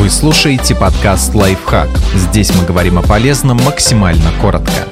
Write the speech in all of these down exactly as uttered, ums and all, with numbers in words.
Вы слушаете подкаст «Лайфхак». Здесь мы говорим о полезном максимально коротко.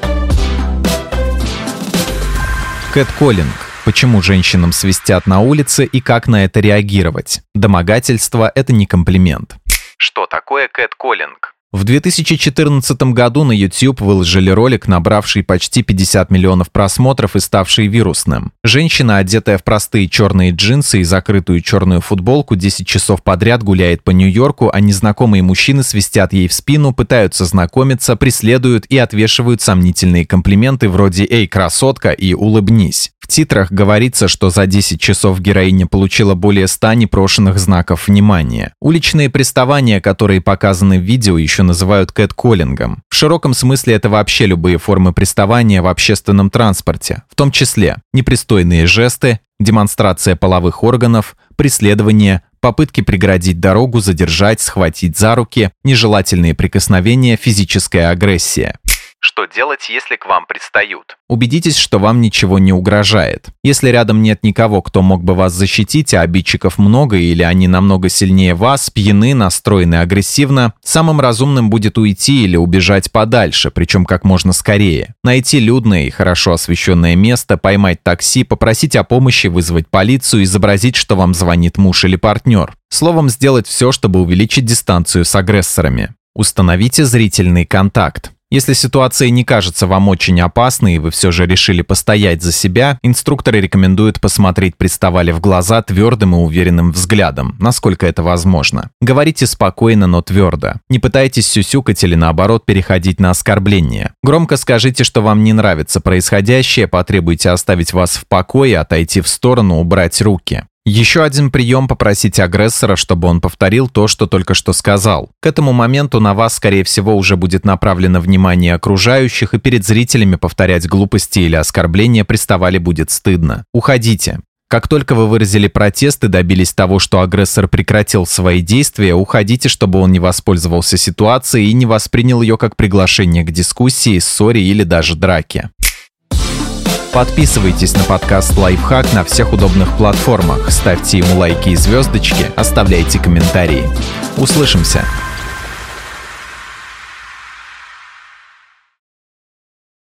Кэтколлинг. Почему женщинам свистят на улице и как на это реагировать? Домогательство – это не комплимент. Что такое кэтколлинг? В две тысячи четырнадцатом году на YouTube выложили ролик, набравший почти пятьдесят миллионов просмотров и ставший вирусным. Женщина, одетая в простые черные джинсы и закрытую черную футболку, десять часов подряд гуляет по Нью-Йорку, а незнакомые мужчины свистят ей в спину, пытаются знакомиться, преследуют и отвешивают сомнительные комплименты вроде «Эй, красотка» и «Улыбнись». В титрах говорится, что за десять часов героиня получила более ста непрошенных знаков внимания. Уличные приставания, которые показаны в видео, еще называют кэтколлингом. В широком смысле это вообще любые формы приставания в общественном транспорте, в том числе непристойные жесты, демонстрация половых органов, преследование, попытки преградить дорогу, задержать, схватить за руки, нежелательные прикосновения, физическая агрессия. Что делать, если к вам пристают? Убедитесь, что вам ничего не угрожает. Если рядом нет никого, кто мог бы вас защитить, а обидчиков много или они намного сильнее вас, пьяны, настроены агрессивно, самым разумным будет уйти или убежать подальше, причем как можно скорее. Найти людное и хорошо освещенное место, поймать такси, попросить о помощи, вызвать полицию, изобразить, что вам звонит муж или партнер. Словом, сделать все, чтобы увеличить дистанцию с агрессорами. Установите зрительный контакт. Если ситуация не кажется вам очень опасной и вы все же решили постоять за себя, инструкторы рекомендуют посмотреть приставали в глаза твердым и уверенным взглядом, насколько это возможно. Говорите спокойно, но твердо. Не пытайтесь сюсюкать или наоборот переходить на оскорбление. Громко скажите, что вам не нравится происходящее, потребуйте оставить вас в покое, отойти в сторону, убрать руки. Еще один прием – попросить агрессора, чтобы он повторил то, что только что сказал. К этому моменту на вас, скорее всего, уже будет направлено внимание окружающих, и перед зрителями повторять глупости или оскорбления приставали будет стыдно. Уходите. Как только вы выразили протест и добились того, что агрессор прекратил свои действия, уходите, чтобы он не воспользовался ситуацией и не воспринял ее как приглашение к дискуссии, ссоре или даже драке. Подписывайтесь на подкаст «Лайфхак» на всех удобных платформах, ставьте ему лайки и звездочки, оставляйте комментарии. Услышимся!